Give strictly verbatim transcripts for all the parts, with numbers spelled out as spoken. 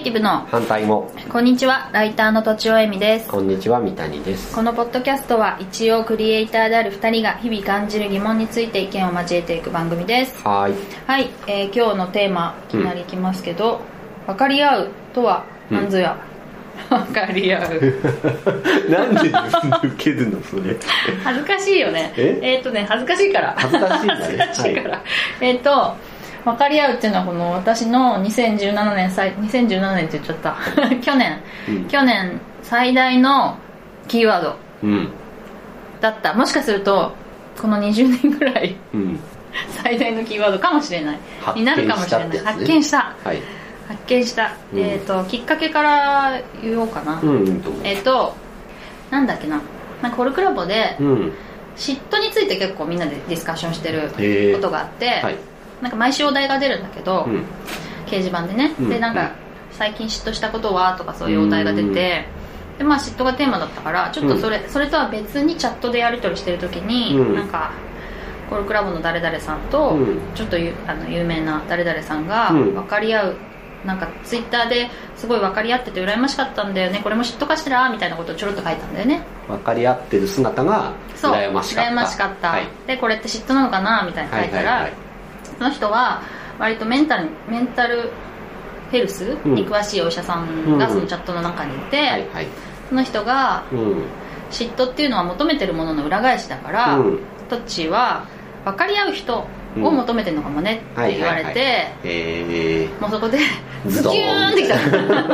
ティブの反対も。 こんにちは、ライターのとちおえみです。 こんにちは、三谷です。 このポッドキャストは一応クリエイターであるふたりが日々感じる疑問について意見を交えていく番組です。 はいはい、えー、今日のテーマいきなりいきますけど、うん、分かり合うとは何ぞや、うん、分かり合うなんで受けるのそれ恥ずかしいよね。ええー、っとね恥ずかしいから恥ずかしい、ね、 恥ずかしいから、はい、えー、っと分かり合うっていうのはこの私のにせんじゅうななねんにせんじゅうななねんって言っちゃった去年、うん、去年最大のキーワードだった、うん、もしかするとこのにじゅうねんぐらい、うん、最大のキーワードかもしれないになるかもしれない。発見した、はい、発見した、うん、えー、ときっかけから言おうかな、うんうん、えっ、ー、となんだっけな、なんかコルクラボで、うん、嫉妬について結構みんなでディスカッションしてることがあって、はい、なんか毎週お題が出るんだけど、うん、掲示板でね、うん、でなんか最近嫉妬したことはとかそういうお題が出て、うん、でまあ嫉妬がテーマだったからちょっとそれ、うん、それとは別にチャットでやり取りしてる時に、うん、なんかコルクラボの誰々さんと、うん、ちょっとあの有名な誰々さんが分かり合う、なんかツイッターですごい分かり合ってて羨ましかったんだよね、これも嫉妬かしらみたいなことをちょろっと書いたんだよね。 分かり合ってる姿が羨ましかった。 そう羨ましかった、はい、でこれって嫉妬なのかなみたいに書いたら、はいはいはい、その人は割とメンタルメンタルヘルスに詳しいお医者さんがそのチャットの中にいて、うんはいはい、その人が、うん、嫉妬っていうのは求めてるものの裏返しだから、うん、トッチーは分かり合う人を求めてるのかもねって言われて、うんはいはいはいえー、もうそこでズキューンってきた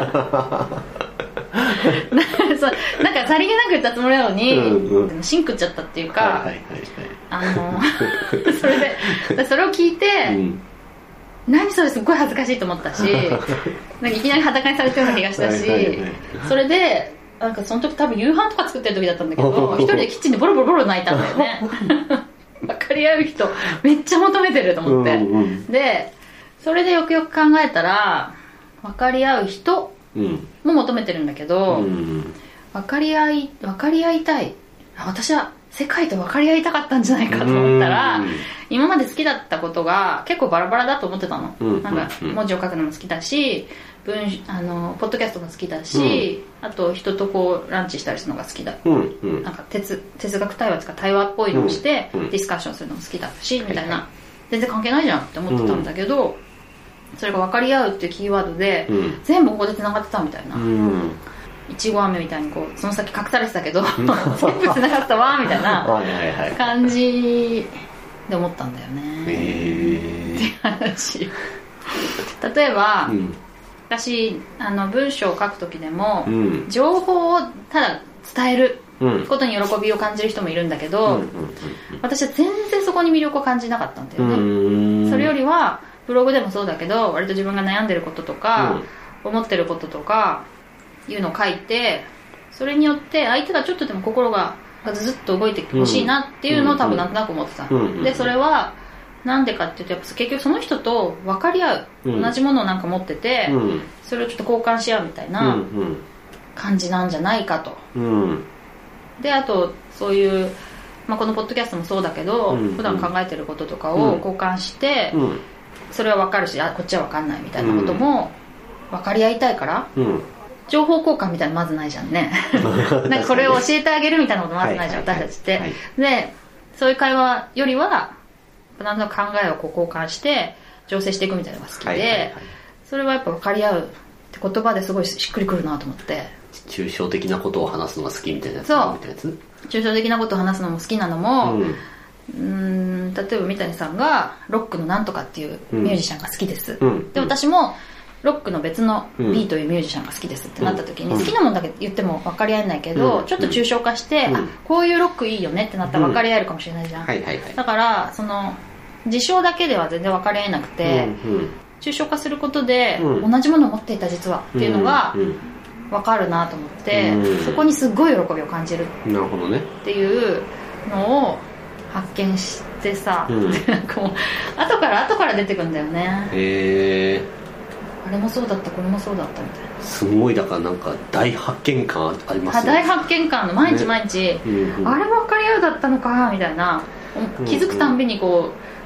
そうなんかさりげなく言ったつもりなのに、うんうん、シンクっちゃったっていうか、はいはいはいはい、あのそれでそれを聞いて、うん、何それすっごい恥ずかしいと思ったしなんかいきなり裸にされてるような気がしたしはいはい、はい、それでなんかその時多分夕飯とか作ってる時だったんだけど一人でキッチンでボロボロボロ泣いたんだよね分かり合う人めっちゃ求めてると思って、うんうん、でそれでよくよく考えたら分かり合う人も求めてるんだけど、うん、分かり合い分かり合いたい、私は世界と分かり合いたかったんじゃないかと思ったら、うん、今まで好きだったことが結構バラバラだと思ってたの、うん、なんか文字を書くのも好きだし文あのポッドキャストも好きだし、うん、あと人とこうランチしたりするのが好きだ、うんうん、なんか 哲, 哲学対話とか対話っぽいのをして、うん、ディスカッションするのも好きだし、うん、みたいな、はいはい、全然関係ないじゃんって思ってたんだけど、うん、それが分かり合うっていうキーワードで、うん、全部ここでつながってたみたいな、うんいちご飴みたいにこうその先隠されてたけど全部つながったわみたいな感じで思ったんだよねへっていう話。例えば、うん、私あの文章を書く時でも、うん、情報をただ伝えることに喜びを感じる人もいるんだけど、うん、私は全然そこに魅力を感じなかったんだよね、うん、それよりはブログでもそうだけど割と自分が悩んでることとか、うん、思ってることとかいうのを書いて、それによって相手がちょっとでも心がずずっと動いてほしいなっていうのを多分なんとなく思ってた、うん、でそれはなんでかっていうとやっぱ結局その人と分かり合う、うん、同じものをなんか持ってて、うん、それをちょっと交換し合うみたいな感じなんじゃないかと、うん、であとそういう、まあ、このポッドキャストもそうだけど、うん、普段考えてることとかを交換して、うん、それは分かるしあこっちは分かんないみたいなことも分かり合いたいから、うん情報交換みたいなのまずないじゃんねなんかこれを教えてあげるみたいなことまずないじゃん、はいはいはい、私たちって、はい、でそういう会話よりは何の考えをこう交換して醸成していくみたいなのが好きで、はいはいはい、それはやっぱ分かり合うって言葉ですごいしっくりくるなと思って。 抽象的なことを話すのが好きみたいなやつそうみたいなやつ抽象的なことを話すのも好きなのも、うん、うーん例えば三谷さんがロックのなんとかっていうミュージシャンが好きです、うん、で私もロックの別の B というミュージシャンが好きですってなった時に、うん、好きなものだけ言っても分かり合えないけど、うん、ちょっと抽象化して、うん、あこういうロックいいよねってなったら分かり合えるかもしれないじゃん、うんはいはいはい、だからその事象だけでは全然分かり合えなくて、うんうん、抽象化することで、うん、同じものを持っていた実はっていうのが分かるなと思って、うん、そこにすごい喜びを感じるっていうのを発見してさ、うん、なんかもう後から後から出てくるんだよねへーあれもそうだったこれもそうだったみたいなすごいだからなんか大発見感ありますね。 大発見感の毎日毎日、ねうんうん、あれも分かり合うだったのかみたいな気づくたんびにこう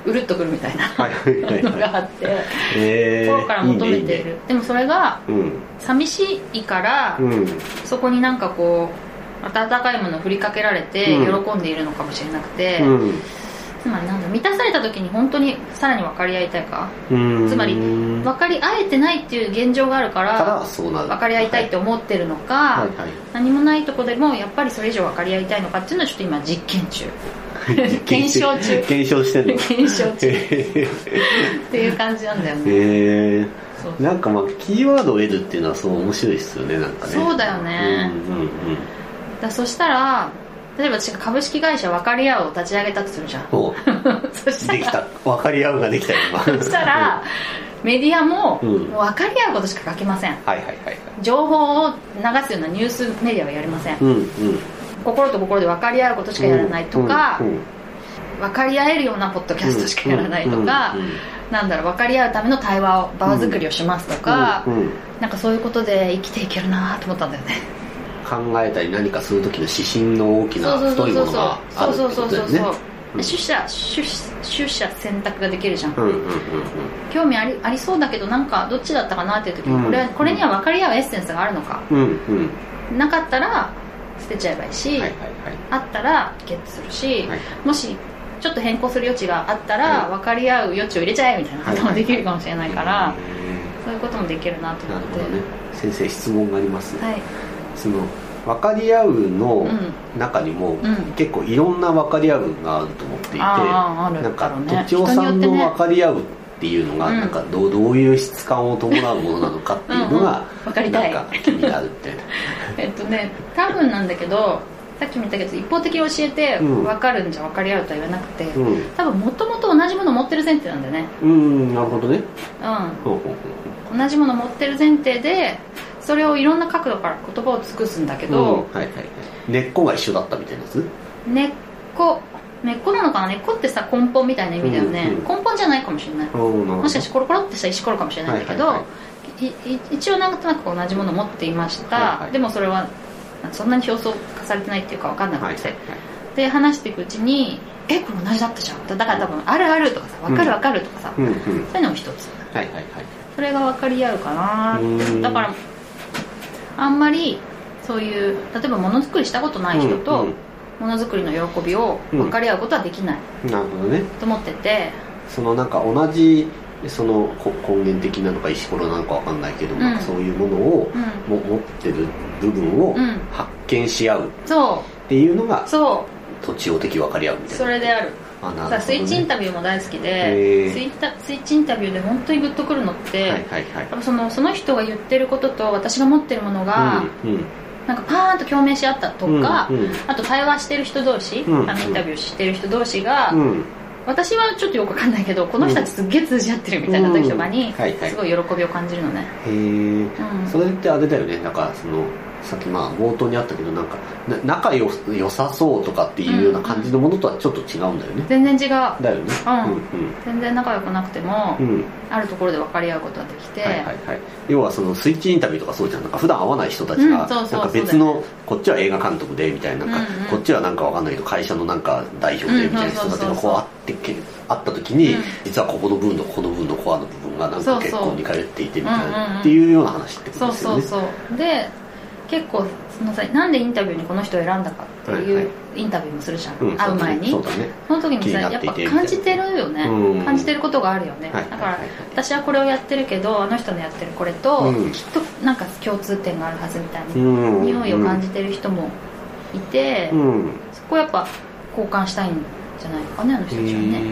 うるっとくるみたいなのがあって、 えー、 心から求めている。いいねいいね。でもそれが寂しいから、うん、そこになんかこう温かいものを振りかけられて喜んでいるのかもしれなくて、うん、つまりなんだ満たされた時に本当にさらに分かり合いたいか、つまり分かり合えてないっていう現状があるから分かり合いたいって思ってるのか、はいはいはい、何もないとこでもやっぱりそれ以上分かり合いたいのかっていうのはちょっと今実験中検証中検証してるの検証中っていう感じなんだよね。へー、そうそう、なんかまあキーワードを得るっていうのはそう面白いですよね、なんかね。 そうだよね、うんうんうん、だそしたら例えば私が株式会社分かり合うを立ち上げたとするじゃん。そしたらできた、分かり合うができたよ今そしたらメディアも、うん、もう分かり合うことしか書けません、 はいはいはいはい、 情報を流すようなニュースメディアはやりません、うんうん、心と心で分かり合うことしかやらないとか、うんうんうん、分かり合えるようなポッドキャストしかやらないとか、うんうんうん、なんだろう、分かり合うための対話を場作りをしますとか、うんうんうん、なんかそういうことで生きていけるなと思ったんだよね。 考えたり何かする時の指針の大きな太いものがあるってことだよね。 取捨取捨選択ができるじゃん、うんうんうんうん、興味あり、ありそうだけどなんかどっちだったかなっていう時に、うん、これこれには分かり合うエッセンスがあるのか、うんうん、なかったら捨てちゃえばいいし、はいはいはい、あったらゲットするし、はい、もしちょっと変更する余地があったら、はい、分かり合う余地を入れちゃえみたいなこともできるかもしれないから、はいはいはい、そういうこともできるなと思って。なるほどね。 先生質問があります、はい、その分かり合うの中にも、うん、結構いろんな分かり合うがあると思っていて、なんかとちおさんの分かり合うっていうのがなんか ど, うどういう質感を伴うものなのかっていうのが分かりたい、 なんか気になるってえっとね多分なんだけどさっきも言ったけど一方的に教えて分かるんじゃ分かり合うとは言わなくて、うん、多分もともと同じものを持ってる前提なんだよね。 うん、なるほどね、 うん、同じものを持ってる前提でそれをいろんな角度から言葉を尽くすんだけど、うん、はいはいはい、 根っこが一緒だったみたいなやつ。 根っこ根っこなのかな。根っこってさ根本みたいな意味だよね、うんうん、根本じゃないかもしれない。もしかしてコロコロってした石ころかもしれないんだけど、はいはいはい、い一応なんとなく同じものを持っていました、はいはい、でもそれはそんなに表層化されてないっていうか分かんなくて、はいはいはい、で話していくうちにえこれ同じだったじゃん、だから多分あるあるとかさ分かる分かるとかさ、うんうんうん、そういうのも一つ、はいはいはい、それが分かり合うかな。だからあんまりそういう例えばものづくりしたことない人とものづくりの喜びを分かり合うことはできない、 うん、なるほどねと思ってて、 そのなんか同じその根源的なのか石ころなのか分かんないけど、うん、なんかそういうものを、うん、も持ってる部分を発見し合うっていうのが、そう土地を的分かり合うみたいな。 それである。あ、なるほどね、さスイッチインタビューも大好きで、スイッタスイッチインタビューで本当にグッとくるのって、はいはいはい、そのその人が言ってることと私が持ってるものが、うんうん、なんかパーンと共鳴し合ったとか、うんうん、あと対話してる人同士、うんうん、あのインタビューしてる人同士が、うん、私はちょっとよく分かんないけどこの人たちすっげえ通じ合ってるみたいな時とかにすごい喜びを感じるのね、 うんうん、へえ、うん、それってあれだよね、なんかそのさっきまあ冒頭にあったけどなんか仲良良さそうとかっていうような感じのものとはちょっと違うんだよね、うんうん、 全然違うだよね、 うんうんうん、全然仲良くなくても、うん、あるところで分かり合うことができて、はいはいはい、 要はそのスイッチインタビューとかそうじゃん、なんか普段会わない人たちが、うん、なんか別のこっちは映画監督でみたいな、なんか、うんうん、こっちはなんか分かんないけど会社のなんか代表でみたいな人たちがこう会ってけ会った時に、うん、実はここの部分とここの部分のコアの部分がなんか結婚に通っていてみたいなっていうような話ってことですよね。 そうそうそうで結構そのさなんでインタビューにこの人を選んだかっていうインタビューもするじゃん、はいはい、会う前に、うん そ, ね、その時にさやっぱ感じてるよね、うん、感じてることがあるよね、はい、だから私はこれをやってるけどあの人のやってるこれと、うん、きっとなんか共通点があるはずみたいな、うん、匂いを感じてる人もいて、うん、そこやっぱ交換したいんじゃないかねあの人たちはね、うんうんうん、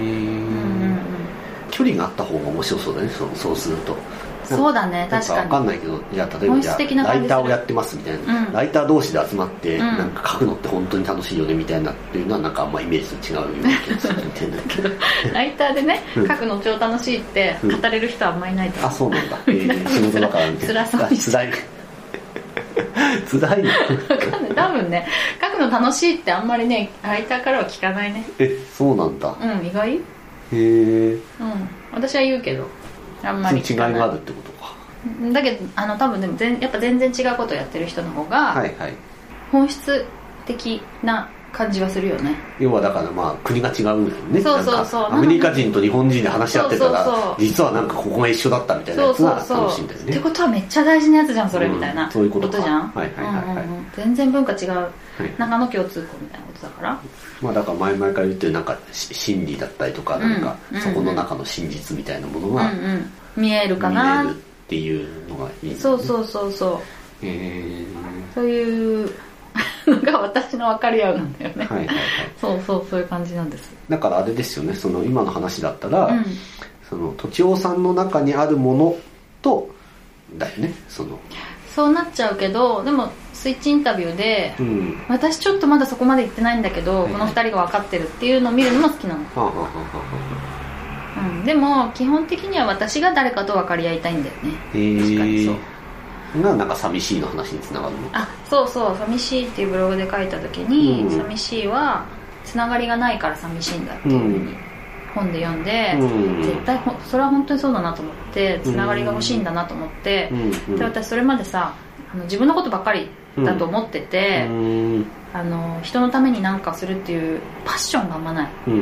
距離があった方が面白そうだね そ, そうすると。 そうだね、確かに。 分かんないけど、じゃあ例えばじゃあライターをやってますみたいな、うん、ライター同士で集まって、うん、なんか書くのって本当に楽しいよねみたいなっていうのはなんかあんまイメージと違うような気がするみたいなけどライターでね、うん、書くの超楽しいって語れる人はあんまりいないと思う、 うん、あ、そうなんだ、えー、仕事だからみたいな。 辛そうに辛い辛いの分かんない、多分ね書くの楽しいってあんまりねライターからは聞かないね。 え、そうなんだ。 うん、意外。へえ、 うん、私は言うけどあんまり違いがあるってことか。 だけどあの多分でも全やっぱ全然違うことをやってる人の方が、はいはい、本質的な感じはするよね。 要はだからまあ国が違うんだよね。 そうそうそう。 アメリカ人と日本人で話し合ってたら、そうそうそう、実はなんかここが一緒だったみたいなやつが楽しいんだよね。 ってことはめっちゃ大事なやつじゃんそれ、みたいな、 うん、そういうことじゃん。 はいはいはい、はい、うんうん、 全然文化違う、はい、中の共通項みたいなことだから。 まあだから前々から言ってるなんか心理だったりとか、なんかそこの中の真実みたいなものが、 うんうん、見えるかな見えるっていうのがいい、ね、 そうそうそうそう。 えー、 そういうのが私の分かり合うなんだよね。はいはいはい。そうそうそういう感じなんです。 だからあれですよね。その今の話だったら、うん、そのとちおさんの中にあるものとだよね。そのそうなっちゃうけど、でもスイッチインタビューで、うん、私ちょっとまだそこまで行ってないんだけど、はいはい、このふたりが分かってるっていうのを見るのも好きなの。はあはあはあ、うん、でも基本的には私が誰かと分かり合いたいんだよね。 へー、確かにそう。がなんか寂しいの話につながるの。 あ、そうそう、寂しいっていうブログで書いた時に、うん、寂しいはつながりがないから寂しいんだっていうふうに本で読んで、うん、絶対ほそれは本当にそうだなと思って、つながりが欲しいんだなと思って、うん、で私それまでさ、あの自分のことばっかりだと思ってて、うん、あの人のために何かするっていうパッションがあんまない、うん、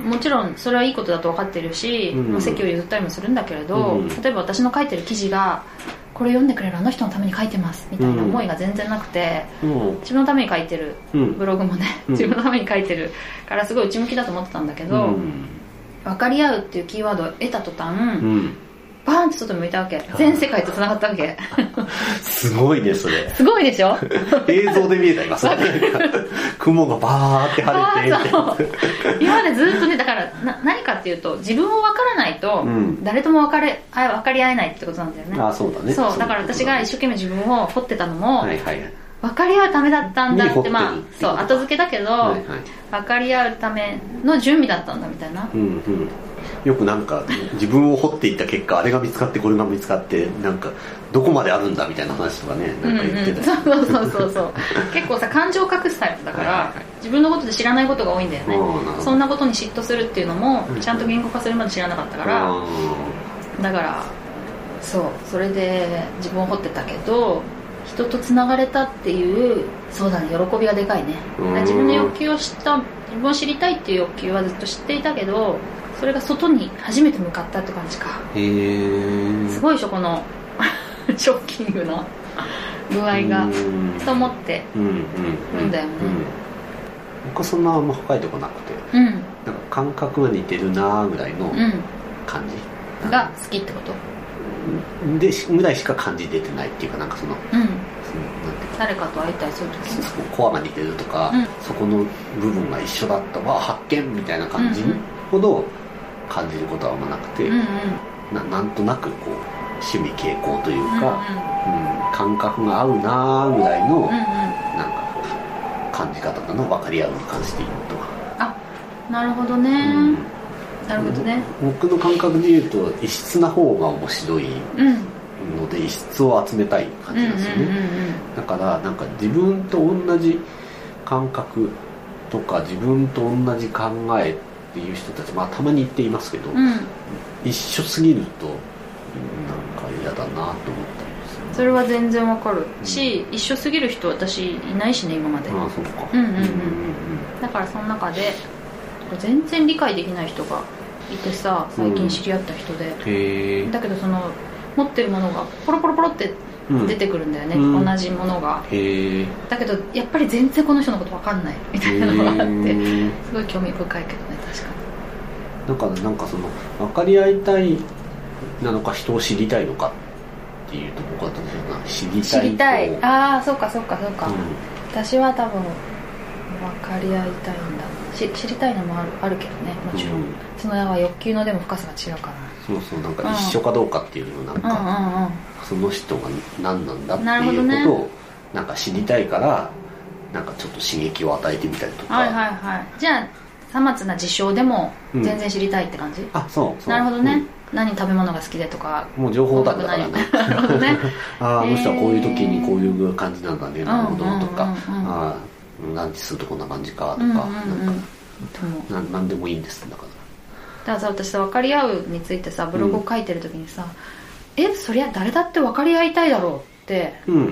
もちろんそれはいいことだと分かってるし、うん、席を譲ったりもするんだけれど、うん、例えば私の書いてる記事がこれ読んでくれるあの人のために書いてますみたいな思いが全然なくて、うん、自分のために書いてる、うん、ブログもね、うん、自分のために書いてるからすごい内向きだと思ってたんだけど、うん、分かり合うっていうキーワードを得た途端、うん、バーンって外に向いたわけ。全世界とつながったわけ。 すごいねそれ。 すごいでしょ。 映像で見えた今それ。雲がバーって晴れて今までずっとね、だからな何かっていうと自分を分からないと誰とも分かれあ分かり合えないってことなんだよね。 あ、そうだね。 そうだから私が一生懸命自分を掘ってたのも、はいはい、分かり合うためだったんだって、まあそう後付けだけど、はいはい、分かり合うための準備だったんだみたいな。うんうん、 よくなんか自分を掘っていった結果あれが見つかってこれが見つかってなんかどこまであるんだみたいな話とかね、なんか言ってた、 うんうん、そうそうそうそう結構さ感情を隠すタイプだから、はいはいはい、自分のことで知らないことが多いんだよね。そんなことに嫉妬するっていうのもちゃんと言語化するまで知らなかったから、うん、だからそうそれで自分を掘ってたけど人とつながれたっていうそうだね喜びがでかいね。自分の欲求を知った自分を知りたいっていう欲求はずっと知っていたけどそれが外に初めて向かったって感じか。へー、すごいでしょこのショッキングな具合がと思ってるんだよね。 僕はそんなあんま深いとこなくて、うん、なんか感覚が似てるなぐらいの感じ、 うん、が好きってことでぐらいしか感じ出てないっていうかなんかその、うん、そのなんていうか誰かと会いたいそういう時コアが似てるとか、うん、そこの部分が一緒だったわ発見みたいな感じほど感じることはあんまなくて、うんうん、な, なんとなくこう趣味傾向というか、うんうんうん、感覚が合うなぐらいの、うんうん、なんか感じ方だな分かり合うに関して言うと。 あ、なるほどね、うん、なるほどね。 僕の感覚で言うと異質な方が面白いので、うん、異質を集めたい感じなんですよね、うんうんうんうん、だからなんか自分と同じ感覚とか自分と同じ考えっていう人たち、まあたまに言っていますけど、うん、一緒すぎるとなんか嫌だなと思ったんですよ、ね、 それは全然わかるし、うん、一緒すぎる人私いないしね今まで。 ああそうか、 うんうんうんうん、だからその中で全然理解できない人がいてさ最近知り合った人で、うん、へだけどその持ってるものがポロポロポロって出てくるんだよね、うん、同じものが。へだけどやっぱり全然この人のこと分かんないみたいなのがあってすごい興味深いけどね。確かにだからなんかその分かり合いたいなのか人を知りたいのかっていうところだと思うな。知りたい知りたいああそうかそうかそうか、うん、私は多分分かり合いたいんだし知りたいのもある、あるけどねもちろん、うん、その欲求のでも深さが違うかな。 そうそうなんか一緒かどうかっていうのなんか、うんうんうんうん、その人が何なんだっていうことをなんか知りたいからなんかちょっと刺激を与えてみたりとか。 はいはいはい。じゃあさまつな事象でも全然知りたいって感じ、うん、 あそうそうなるほどね、うん、何食べ物が好きでとかもう情報だったからねなるほどねああの人はこういう時にこういう感じなんだね、えー、なるほどとか、うんうんうんうん、ああランチするとこんな感じかとか、うんうんうん、なんかな何でもいいんですだから。 だからさ私さ分かり合うについてさブログを書いてる時にさ、うん、えそりゃ誰だって分かり合いたいだろうって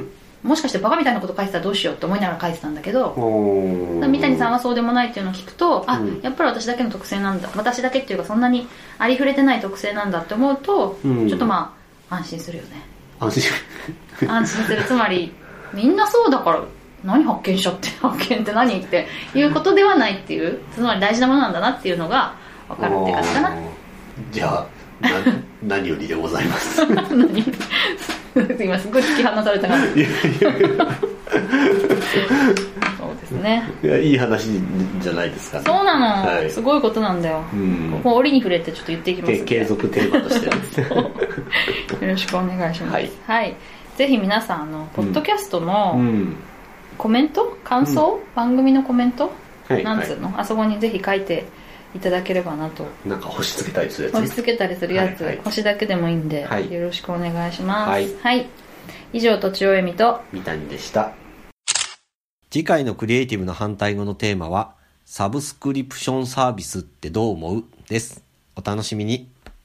もしかしてバカみたいなこと書いてたらどうしようって思いながら書いてたんだけど、三谷さんはそうでもないっていうのを聞くと、あ、うん、やっぱり私だけの特性なんだ、私だけっていうかそんなにありふれてない特性なんだって思うと、うん、ちょっとまあ安心するよね。 安心安心する。つまりみんなそうだから何発見しちゃって発見って何っていうことではないっていう、つまり大事なものなんだなっていうのが分かるって感じかな。 じゃあ何よりでございます今すごい突き放されたからそうですね。 いや、いい話じゃないですかね。 そうなの、はい、すごいことなんだよ、うん、もう折に触れてちょっと言っていきます。 継続テーマとしてよろしくお願いします。はい、はい、ぜひ皆さんあのポッドキャストのコメント、感想、うん、番組のコメント、はい、なんつうの、はい、あそこにぜひ書いていただければなと。 なんか星つけたりするやつ、 星つけたりするやつ、はいはい、星だけでもいいんで、はい、よろしくお願いします。はい、はい、以上とちおえみと三谷でした。次回のクリエイティブの反対語のテーマはサブスクリプションサービスってどう思うです。お楽しみに。